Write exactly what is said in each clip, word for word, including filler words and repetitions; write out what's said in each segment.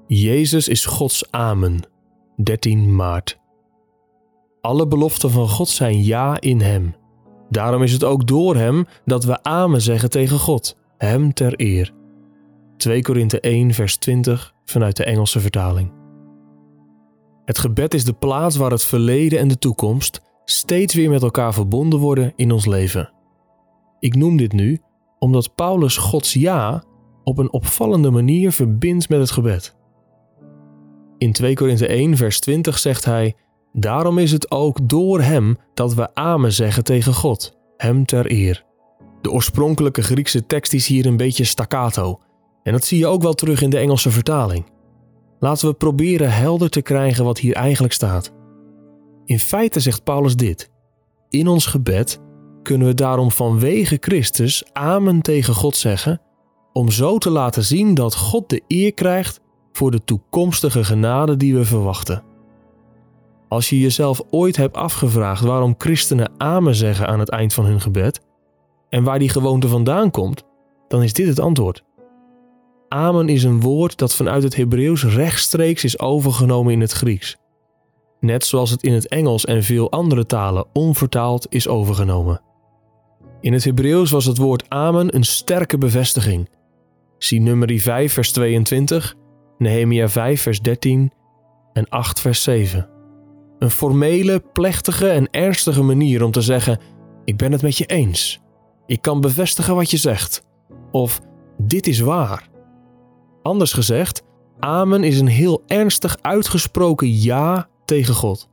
Jezus is Gods Amen, dertien maart. Alle beloften van God zijn ja in hem. Daarom is het ook door hem dat we Amen zeggen tegen God, hem ter eer. twee Korinthe één vers twintig vanuit de Engelse vertaling. Het gebed is de plaats waar het verleden en de toekomst steeds weer met elkaar verbonden worden in ons leven. Ik noem dit nu omdat Paulus Gods ja op een opvallende manier verbindt met het gebed. In twee Korinthe één vers twintig zegt hij: daarom is het ook door hem dat we Amen zeggen tegen God, hem ter eer. De oorspronkelijke Griekse tekst is hier een beetje staccato en dat zie je ook wel terug in de Engelse vertaling. Laten we proberen helder te krijgen wat hier eigenlijk staat. In feite zegt Paulus dit: in ons gebed kunnen we daarom vanwege Christus Amen tegen God zeggen, om zo te laten zien dat God de eer krijgt voor de toekomstige genade die we verwachten. Als je jezelf ooit hebt afgevraagd waarom christenen Amen zeggen aan het eind van hun gebed en waar die gewoonte vandaan komt, dan is dit het antwoord. Amen is een woord dat vanuit het Hebreeuws rechtstreeks is overgenomen in het Grieks. Net zoals het in het Engels en veel andere talen onvertaald is overgenomen. In het Hebreeuws was het woord Amen een sterke bevestiging. Zie Numeri vijf vers tweeëntwintig, Nehemia vijf vers dertien en acht vers zeven. Een formele, plechtige en ernstige manier om te zeggen: ik ben het met je eens. Ik kan bevestigen wat je zegt. Of dit is waar. Anders gezegd, Amen is een heel ernstig uitgesproken ja tegen God.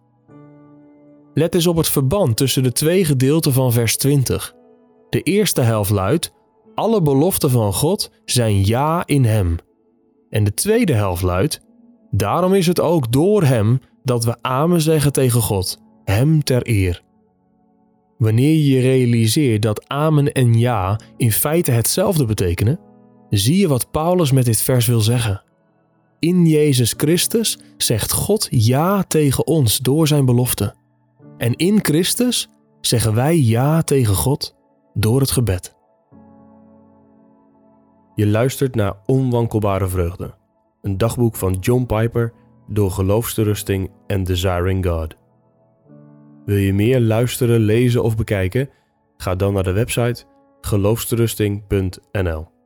Let eens op het verband tussen de twee gedeelten van vers twintig. De eerste helft luidt: alle beloften van God zijn ja in hem. En de tweede helft luidt: daarom is het ook door hem dat we Amen zeggen tegen God, hem ter eer. Wanneer je je realiseert dat Amen en ja in feite hetzelfde betekenen, zie je wat Paulus met dit vers wil zeggen. In Jezus Christus zegt God ja tegen ons door zijn belofte. En in Christus zeggen wij ja tegen God door het gebed. Je luistert naar Onwankelbare Vreugde, een dagboek van John Piper door Geloofsterusting en Desiring God. Wil je meer luisteren, lezen of bekijken? Ga dan naar de website geloofsterusting punt n l.